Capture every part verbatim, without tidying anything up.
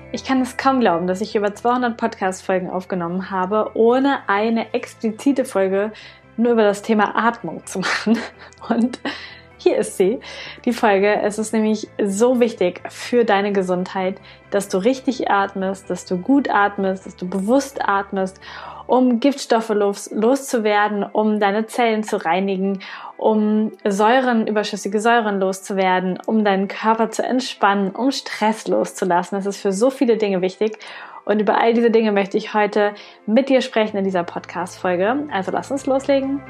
Ich kann es kaum glauben, dass ich über zweihundert Podcast-Folgen aufgenommen habe, ohne eine explizite Folge nur über das Thema Atmung zu machen. Und hier ist sie, die Folge. Es ist nämlich so wichtig für deine Gesundheit, dass du richtig atmest, dass du gut atmest, dass du bewusst atmest, um Giftstoffe los, loszuwerden, um deine Zellen zu reinigen, um Säuren, überschüssige Säuren loszuwerden, um deinen Körper zu entspannen, um Stress loszulassen. Das ist für so viele Dinge wichtig. Und über all diese Dinge möchte ich heute mit dir sprechen in dieser Podcast-Folge. Also lass uns loslegen.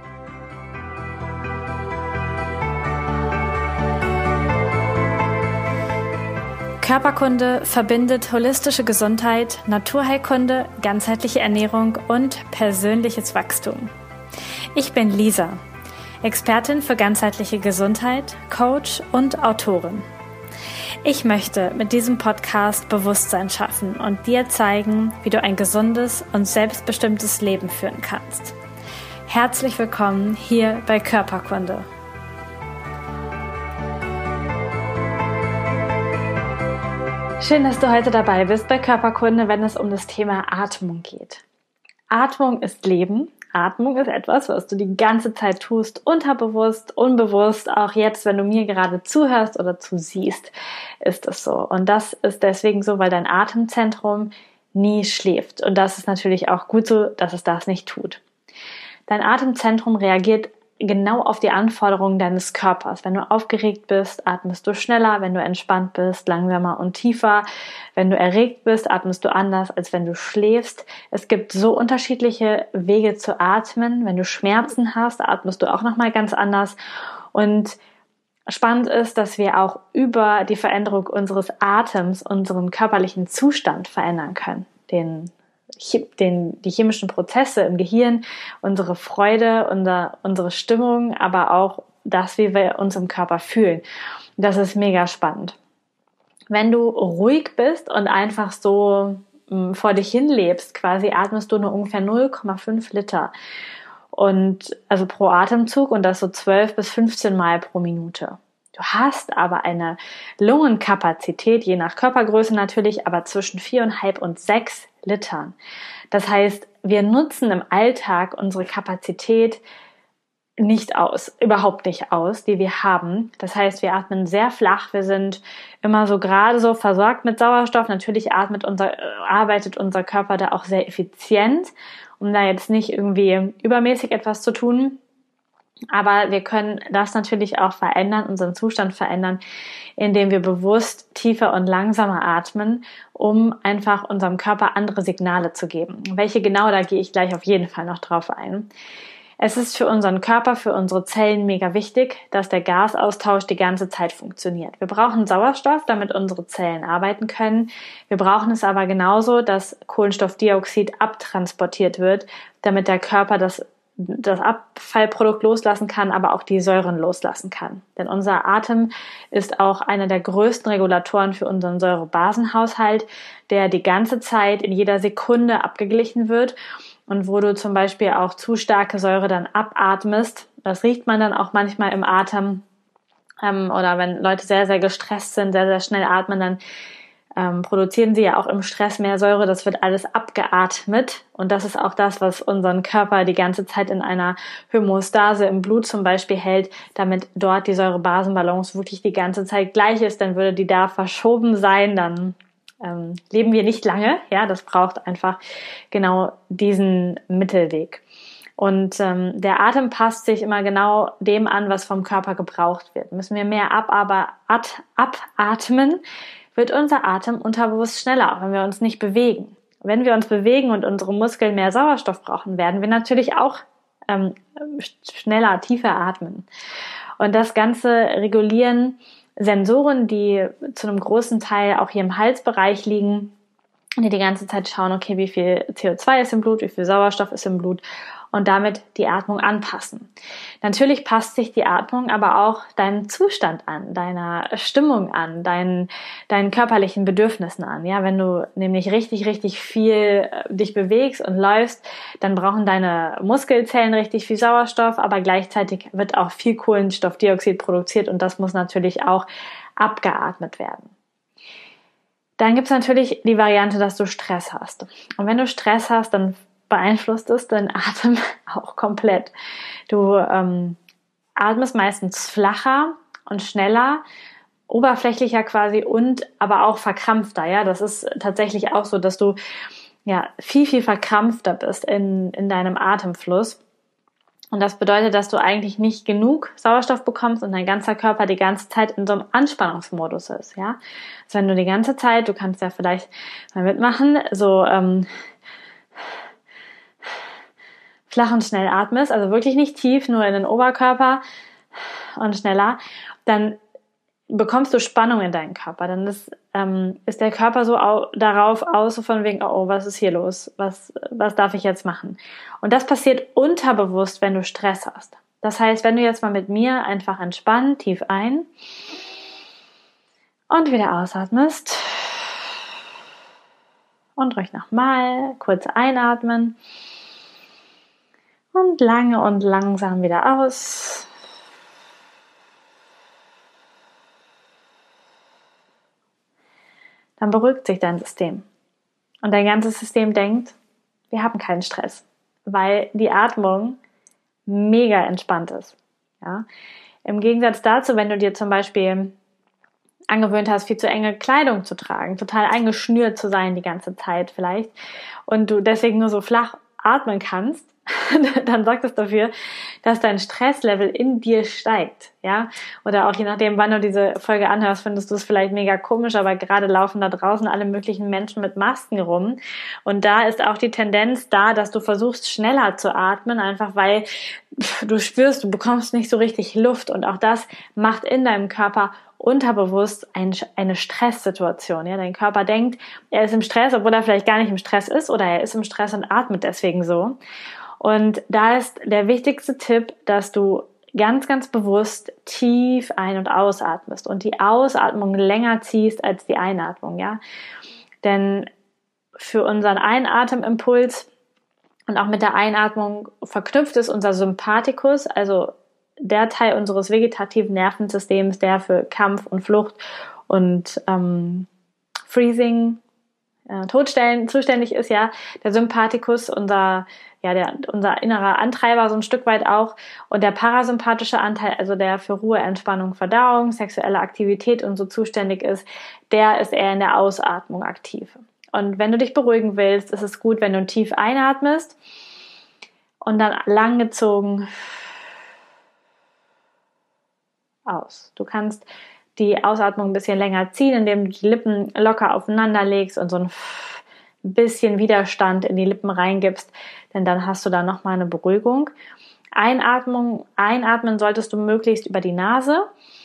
Körperkunde verbindet holistische Gesundheit, Naturheilkunde, ganzheitliche Ernährung und persönliches Wachstum. Ich bin Lisa, Expertin für ganzheitliche Gesundheit, Coach und Autorin. Ich möchte mit diesem Podcast Bewusstsein schaffen und dir zeigen, wie du ein gesundes und selbstbestimmtes Leben führen kannst. Herzlich willkommen hier bei Körperkunde. Schön, dass du heute dabei bist bei Körperkunde, wenn es um das Thema Atmung geht. Atmung ist Leben. Atmung ist etwas, was du die ganze Zeit tust, unterbewusst, unbewusst. Auch jetzt, wenn du mir gerade zuhörst oder zusiehst, ist es so. Und das ist deswegen so, weil dein Atemzentrum nie schläft. Und das ist natürlich auch gut so, dass es das nicht tut. Dein Atemzentrum reagiert genau auf die Anforderungen deines Körpers. Wenn du aufgeregt bist, atmest du schneller. Wenn du entspannt bist, langsamer und tiefer. Wenn du erregt bist, atmest du anders, als wenn du schläfst. Es gibt so unterschiedliche Wege zu atmen. Wenn du Schmerzen hast, atmest du auch nochmal ganz anders. Und spannend ist, dass wir auch über die Veränderung unseres Atems unseren körperlichen Zustand verändern können. Den Den, die chemischen Prozesse im Gehirn, unsere Freude, unser, unsere Stimmung, aber auch das, wie wir uns im Körper fühlen. Das ist mega spannend. Wenn du ruhig bist und einfach so mh, vor dich hin lebst, quasi atmest du nur ungefähr null Komma fünf Liter. Und, also pro Atemzug und das so zwölf bis fünfzehn Mal pro Minute. Du hast aber eine Lungenkapazität, je nach Körpergröße natürlich, aber zwischen vier Komma fünf und sechs Litern. Das heißt, wir nutzen im Alltag unsere Kapazität nicht aus, überhaupt nicht aus, die wir haben. Das heißt, wir atmen sehr flach, wir sind immer so gerade so versorgt mit Sauerstoff. Natürlich atmet unser, arbeitet unser Körper da auch sehr effizient, um da jetzt nicht irgendwie übermäßig etwas zu tun. Aber wir können das natürlich auch verändern, unseren Zustand verändern, indem wir bewusst tiefer und langsamer atmen, um einfach unserem Körper andere Signale zu geben. Welche genau, da gehe ich gleich auf jeden Fall noch drauf ein. Es ist für unseren Körper, für unsere Zellen mega wichtig, dass der Gasaustausch die ganze Zeit funktioniert. Wir brauchen Sauerstoff, damit unsere Zellen arbeiten können. Wir brauchen es aber genauso, dass Kohlenstoffdioxid abtransportiert wird, damit der Körper das das Abfallprodukt loslassen kann, aber auch die Säuren loslassen kann. Denn unser Atem ist auch einer der größten Regulatoren für unseren Säurebasenhaushalt, der die ganze Zeit in jeder Sekunde abgeglichen wird und wo du zum Beispiel auch zu starke Säure dann abatmest. Das riecht man dann auch manchmal im Atem, ähm, oder wenn Leute sehr, sehr gestresst sind, sehr, sehr schnell atmen, dann Ähm, produzieren sie ja auch im Stress mehr Säure, das wird alles abgeatmet und das ist auch das, was unseren Körper die ganze Zeit in einer Homöostase im Blut zum Beispiel hält, damit dort die Säurebasenbalance wirklich die ganze Zeit gleich ist, dann würde die da verschoben sein, dann ähm, leben wir nicht lange, ja, das braucht einfach genau diesen Mittelweg. Und ähm, der Atem passt sich immer genau dem an, was vom Körper gebraucht wird. Müssen wir mehr ab, aber at, abatmen, wird unser Atem unterbewusst schneller, auch wenn wir uns nicht bewegen. Wenn wir uns bewegen und unsere Muskeln mehr Sauerstoff brauchen, werden wir natürlich auch ähm, schneller, tiefer atmen. Und das Ganze regulieren Sensoren, die zu einem großen Teil auch hier im Halsbereich liegen, die die ganze Zeit schauen, okay, wie viel C O zwei ist im Blut, wie viel Sauerstoff ist im Blut und damit die Atmung anpassen. Natürlich passt sich die Atmung aber auch deinem Zustand an, deiner Stimmung an, deinen, deinen körperlichen Bedürfnissen an. Ja, wenn du nämlich richtig, richtig viel dich bewegst und läufst, dann brauchen deine Muskelzellen richtig viel Sauerstoff, aber gleichzeitig wird auch viel Kohlenstoffdioxid produziert und das muss natürlich auch abgeatmet werden. Dann gibt es natürlich die Variante, dass du Stress hast. Und wenn du Stress hast, dann beeinflusst es deinen Atem auch komplett. Du ähm, atmest meistens flacher und schneller, oberflächlicher quasi und aber auch verkrampfter. Ja, das ist tatsächlich auch so, dass du ja viel, viel verkrampfter bist in, in deinem Atemfluss. Und das bedeutet, dass du eigentlich nicht genug Sauerstoff bekommst und dein ganzer Körper die ganze Zeit in so einem Anspannungsmodus ist, ja. Also wenn du die ganze Zeit, du kannst ja vielleicht mal mitmachen, so ähm, flach und schnell atmest, also wirklich nicht tief, nur in den Oberkörper und schneller, dann bekommst du Spannung in deinen Körper. Dann ist, ähm, ist der Körper so au- darauf aus, so von wegen, oh, was ist hier los? Was, was darf ich jetzt machen? Und das passiert unterbewusst, wenn du Stress hast. Das heißt, wenn du jetzt mal mit mir einfach entspannt, tief ein und wieder ausatmest und ruhig nochmal kurz einatmen und lange und langsam wieder aus. Dann beruhigt sich dein System. Und dein ganzes System denkt, wir haben keinen Stress, weil die Atmung mega entspannt ist. Ja? Im Gegensatz dazu, wenn du dir zum Beispiel angewöhnt hast, viel zu enge Kleidung zu tragen, total eingeschnürt zu sein die ganze Zeit vielleicht und du deswegen nur so flach atmen kannst, dann sorgt das dafür, dass dein Stresslevel in dir steigt, ja, oder auch je nachdem, wann du diese Folge anhörst, findest du es vielleicht mega komisch, aber gerade laufen da draußen alle möglichen Menschen mit Masken rum und da ist auch die Tendenz da, dass du versuchst schneller zu atmen, einfach weil du spürst, du bekommst nicht so richtig Luft und auch das macht in deinem Körper unterbewusst ein, eine Stresssituation. Ja? Dein Körper denkt, er ist im Stress, obwohl er vielleicht gar nicht im Stress ist oder er ist im Stress und atmet deswegen so. Und da ist der wichtigste Tipp, dass du ganz, ganz bewusst tief ein- und ausatmest und die Ausatmung länger ziehst als die Einatmung, ja. Denn für unseren Einatemimpuls und auch mit der Einatmung verknüpft ist unser Sympathikus, also der Teil unseres vegetativen Nervensystems, der für Kampf und Flucht und ähm, Freezing, äh, Todstellen zuständig ist, ja, der Sympathikus, unser ja, der, unser innerer Antreiber so ein Stück weit auch und der parasympathische Anteil, also der für Ruhe, Entspannung, Verdauung, sexuelle Aktivität und so zuständig ist, der ist eher in der Ausatmung aktiv. Und wenn du dich beruhigen willst, ist es gut, wenn du tief einatmest und dann langgezogen aus. Du kannst die Ausatmung ein bisschen länger ziehen, indem du die Lippen locker aufeinander legst und so ein bisschen Widerstand in die Lippen reingibst, denn dann hast du da nochmal eine Beruhigung. Einatmung, einatmen solltest du möglichst über die Nase,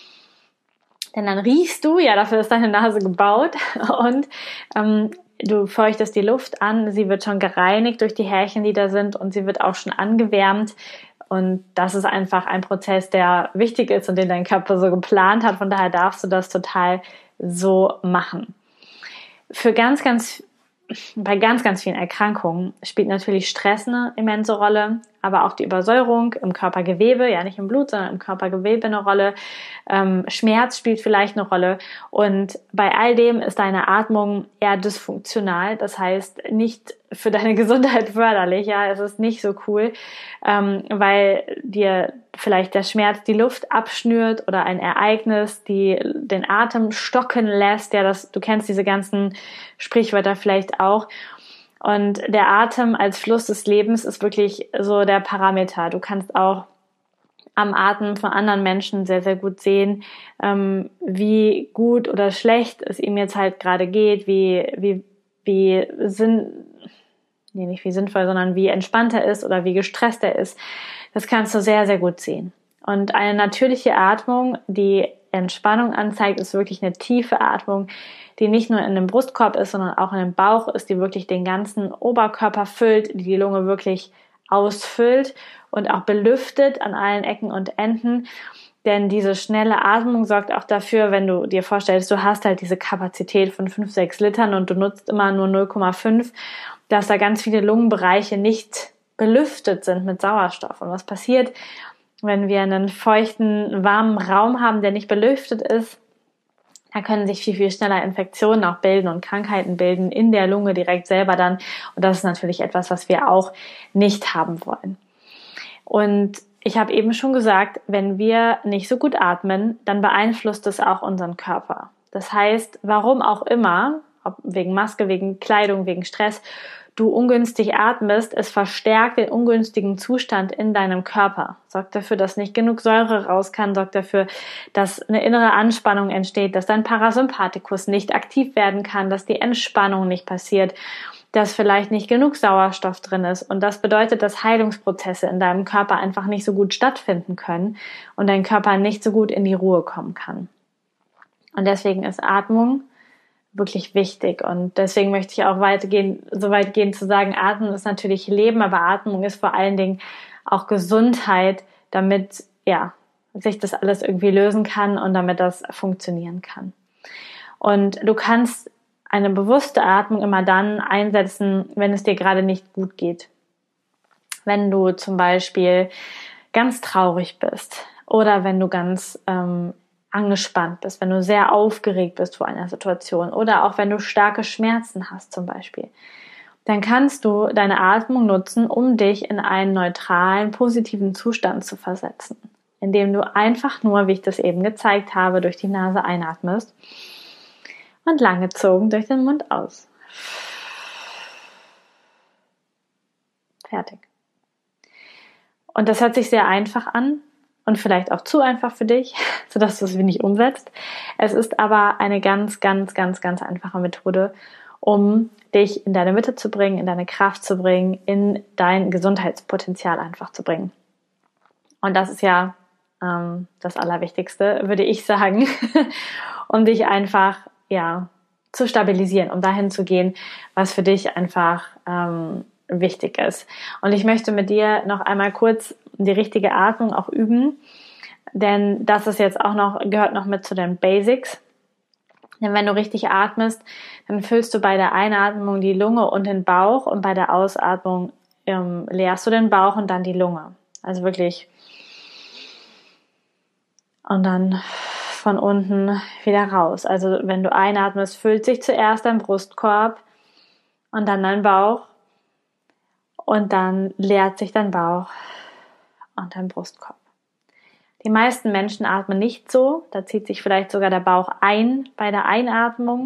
denn dann riechst du, ja, dafür ist deine Nase gebaut und ähm, du feuchtest die Luft an, sie wird schon gereinigt durch die Härchen, die da sind und sie wird auch schon angewärmt und das ist einfach ein Prozess, der wichtig ist und den dein Körper so geplant hat, von daher darfst du das total so machen. Für ganz, ganz Bei ganz, ganz vielen Erkrankungen spielt natürlich Stress eine immense Rolle, aber auch die Übersäuerung im Körpergewebe, ja nicht im Blut, sondern im Körpergewebe eine Rolle. Ähm, Schmerz spielt vielleicht eine Rolle und bei all dem ist deine Atmung eher dysfunktional, das heißt nicht für deine Gesundheit förderlich, ja, es ist nicht so cool, ähm, weil dir vielleicht der Schmerz die Luft abschnürt oder ein Ereignis, die den Atem stocken lässt, ja, das, du kennst diese ganzen Sprichwörter vielleicht auch. Und der Atem als Fluss des Lebens ist wirklich so der Parameter. Du kannst auch am Atem von anderen Menschen sehr, sehr gut sehen, ähm, wie gut oder schlecht es ihm jetzt halt gerade geht, wie, wie, wie sinn, nee, nicht wie sinnvoll, sondern wie entspannt er ist oder wie gestresst er ist. Das kannst du sehr, sehr gut sehen. Und eine natürliche Atmung, die Entspannung anzeigt, ist wirklich eine tiefe Atmung, die nicht nur in dem Brustkorb ist, sondern auch in dem Bauch ist, die wirklich den ganzen Oberkörper füllt, die die Lunge wirklich ausfüllt und auch belüftet an allen Ecken und Enden. Denn diese schnelle Atmung sorgt auch dafür, wenn du dir vorstellst, du hast halt diese Kapazität von fünf, sechs Litern und du nutzt immer nur null Komma fünf, dass da ganz viele Lungenbereiche nicht belüftet sind mit Sauerstoff. Und was passiert, wenn wir einen feuchten, warmen Raum haben, der nicht belüftet ist? Da können sich viel, viel schneller Infektionen auch bilden und Krankheiten bilden in der Lunge direkt selber dann. Und das ist natürlich etwas, was wir auch nicht haben wollen. Und ich habe eben schon gesagt, wenn wir nicht so gut atmen, dann beeinflusst es auch unseren Körper. Das heißt, warum auch immer, ob wegen Maske, wegen Kleidung, wegen Stress, du ungünstig atmest, es verstärkt den ungünstigen Zustand in deinem Körper. Sorgt dafür, dass nicht genug Säure raus kann, sorgt dafür, dass eine innere Anspannung entsteht, dass dein Parasympathikus nicht aktiv werden kann, dass die Entspannung nicht passiert, dass vielleicht nicht genug Sauerstoff drin ist. Und das bedeutet, dass Heilungsprozesse in deinem Körper einfach nicht so gut stattfinden können und dein Körper nicht so gut in die Ruhe kommen kann. Und deswegen ist Atmung wirklich wichtig. Und deswegen möchte ich auch weitergehen, so weit gehen zu sagen, Atmen ist natürlich Leben, aber Atmung ist vor allen Dingen auch Gesundheit, damit, ja, sich das alles irgendwie lösen kann und damit das funktionieren kann. Und du kannst eine bewusste Atmung immer dann einsetzen, wenn es dir gerade nicht gut geht. Wenn du zum Beispiel ganz traurig bist oder wenn du ganz ähm, angespannt bist, wenn du sehr aufgeregt bist vor einer Situation oder auch wenn du starke Schmerzen hast zum Beispiel, dann kannst du deine Atmung nutzen, um dich in einen neutralen, positiven Zustand zu versetzen, indem du einfach nur, wie ich das eben gezeigt habe, durch die Nase einatmest und langgezogen durch den Mund aus. Fertig. Und das hört sich sehr einfach an, und vielleicht auch zu einfach für dich, sodass du es wenig umsetzt. Es ist aber eine ganz, ganz, ganz, ganz einfache Methode, um dich in deine Mitte zu bringen, in deine Kraft zu bringen, in dein Gesundheitspotenzial einfach zu bringen. Und das ist ja ähm, das Allerwichtigste, würde ich sagen, um dich einfach ja zu stabilisieren, um dahin zu gehen, was für dich einfach ähm, wichtig ist. Und ich möchte mit dir noch einmal kurz die richtige Atmung auch üben, denn das ist jetzt auch noch, gehört noch mit zu den Basics. Denn wenn du richtig atmest, dann füllst du bei der Einatmung die Lunge und den Bauch und bei der Ausatmung ähm, leerst du den Bauch und dann die Lunge. Also wirklich. Und dann von unten wieder raus. Also wenn du einatmest, füllt sich zuerst dein Brustkorb und dann dein Bauch. Und dann leert sich dein Bauch und dein Brustkorb. Die meisten Menschen atmen nicht so. Da zieht sich vielleicht sogar der Bauch ein bei der Einatmung.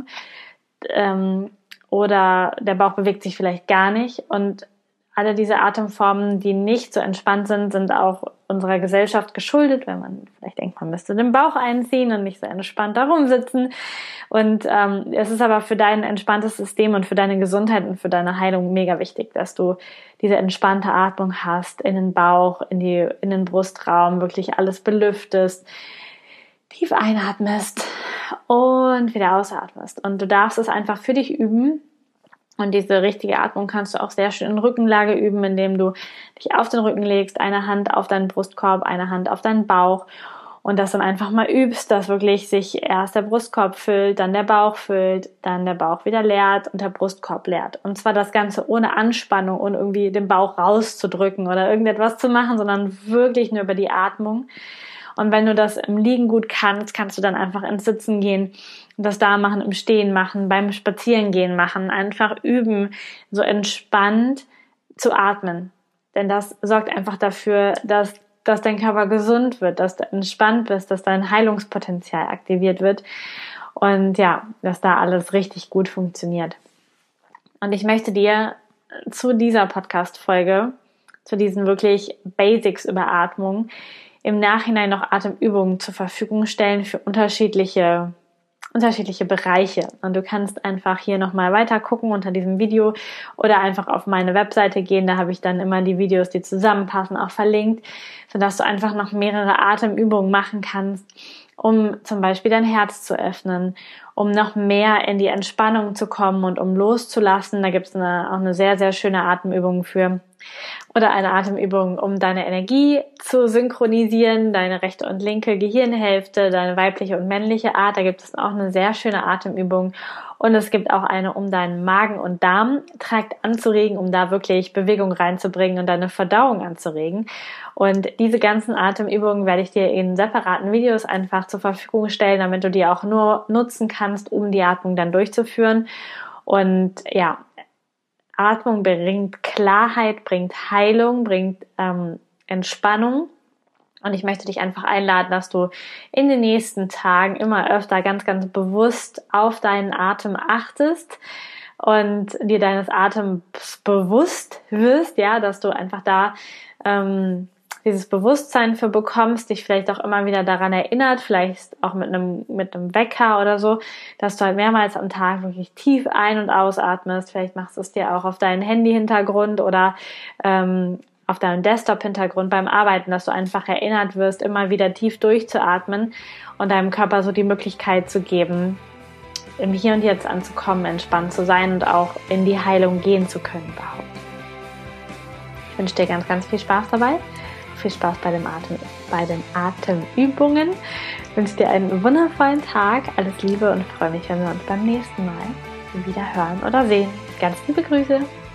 Ähm, oder der Bauch bewegt sich vielleicht gar nicht. Und alle diese Atemformen, die nicht so entspannt sind, sind auch unserer Gesellschaft geschuldet, wenn man vielleicht denkt, man müsste den Bauch einziehen und nicht so entspannt da rumsitzen. Und ähm, es ist aber für dein entspanntes System und für deine Gesundheit und für deine Heilung mega wichtig, dass du diese entspannte Atmung hast, in den Bauch, in die, in den Brustraum, wirklich alles belüftest, tief einatmest und wieder ausatmest. Und du darfst es einfach für dich üben. Und diese richtige Atmung kannst du auch sehr schön in Rückenlage üben, indem du dich auf den Rücken legst, eine Hand auf deinen Brustkorb, eine Hand auf deinen Bauch und das dann einfach mal übst, dass wirklich sich erst der Brustkorb füllt, dann der Bauch füllt, dann der Bauch wieder leert und der Brustkorb leert. Und zwar das Ganze ohne Anspannung und irgendwie den Bauch rauszudrücken oder irgendetwas zu machen, sondern wirklich nur über die Atmung. Und wenn du das im Liegen gut kannst, kannst du dann einfach ins Sitzen gehen, das da machen, im Stehen machen, beim Spazierengehen machen, einfach üben, so entspannt zu atmen. Denn das sorgt einfach dafür, dass, dass dein Körper gesund wird, dass du entspannt bist, dass dein Heilungspotenzial aktiviert wird und ja, dass da alles richtig gut funktioniert. Und ich möchte dir zu dieser Podcast-Folge, zu diesen wirklich Basics über Atmung, im Nachhinein noch Atemübungen zur Verfügung stellen für unterschiedliche, unterschiedliche Bereiche. Und du kannst einfach hier nochmal weiter gucken unter diesem Video oder einfach auf meine Webseite gehen. Da habe ich dann immer die Videos, die zusammenpassen, auch verlinkt, sodass du einfach noch mehrere Atemübungen machen kannst, um zum Beispiel dein Herz zu öffnen, um noch mehr in die Entspannung zu kommen und um loszulassen. Da gibt es eine, auch eine sehr, sehr schöne Atemübung für. Oder eine Atemübung, um deine Energie zu synchronisieren, deine rechte und linke Gehirnhälfte, deine weibliche und männliche Art. Da gibt es auch eine sehr schöne Atemübung. Und es gibt auch eine, um deinen Magen- und Darmtrakt anzuregen, um da wirklich Bewegung reinzubringen und deine Verdauung anzuregen. Und diese ganzen Atemübungen werde ich dir in separaten Videos einfach zur Verfügung stellen, damit du die auch nur nutzen kannst, um die Atmung dann durchzuführen. Und ja, Atmung bringt Klarheit, bringt Heilung, bringt ähm, Entspannung. Und ich möchte dich einfach einladen, dass du in den nächsten Tagen immer öfter ganz, ganz bewusst auf deinen Atem achtest und dir deines Atems bewusst wirst, ja, dass du einfach da ähm, dieses Bewusstsein für bekommst, dich vielleicht auch immer wieder daran erinnert, vielleicht auch mit einem mit einem Wecker oder so, dass du halt mehrmals am Tag wirklich tief ein- und ausatmest. Vielleicht machst du es dir auch auf deinen Handy-Hintergrund oder ähm, auf deinem Desktop-Hintergrund beim Arbeiten, dass du einfach erinnert wirst, immer wieder tief durchzuatmen und deinem Körper so die Möglichkeit zu geben, im Hier und Jetzt anzukommen, entspannt zu sein und auch in die Heilung gehen zu können überhaupt. Ich wünsche dir ganz, ganz viel Spaß dabei. Viel Spaß bei, dem Atem, bei den Atemübungen. Ich wünsche dir einen wundervollen Tag. Alles Liebe und freue mich, wenn wir uns beim nächsten Mal wieder hören oder sehen. Ganz liebe Grüße.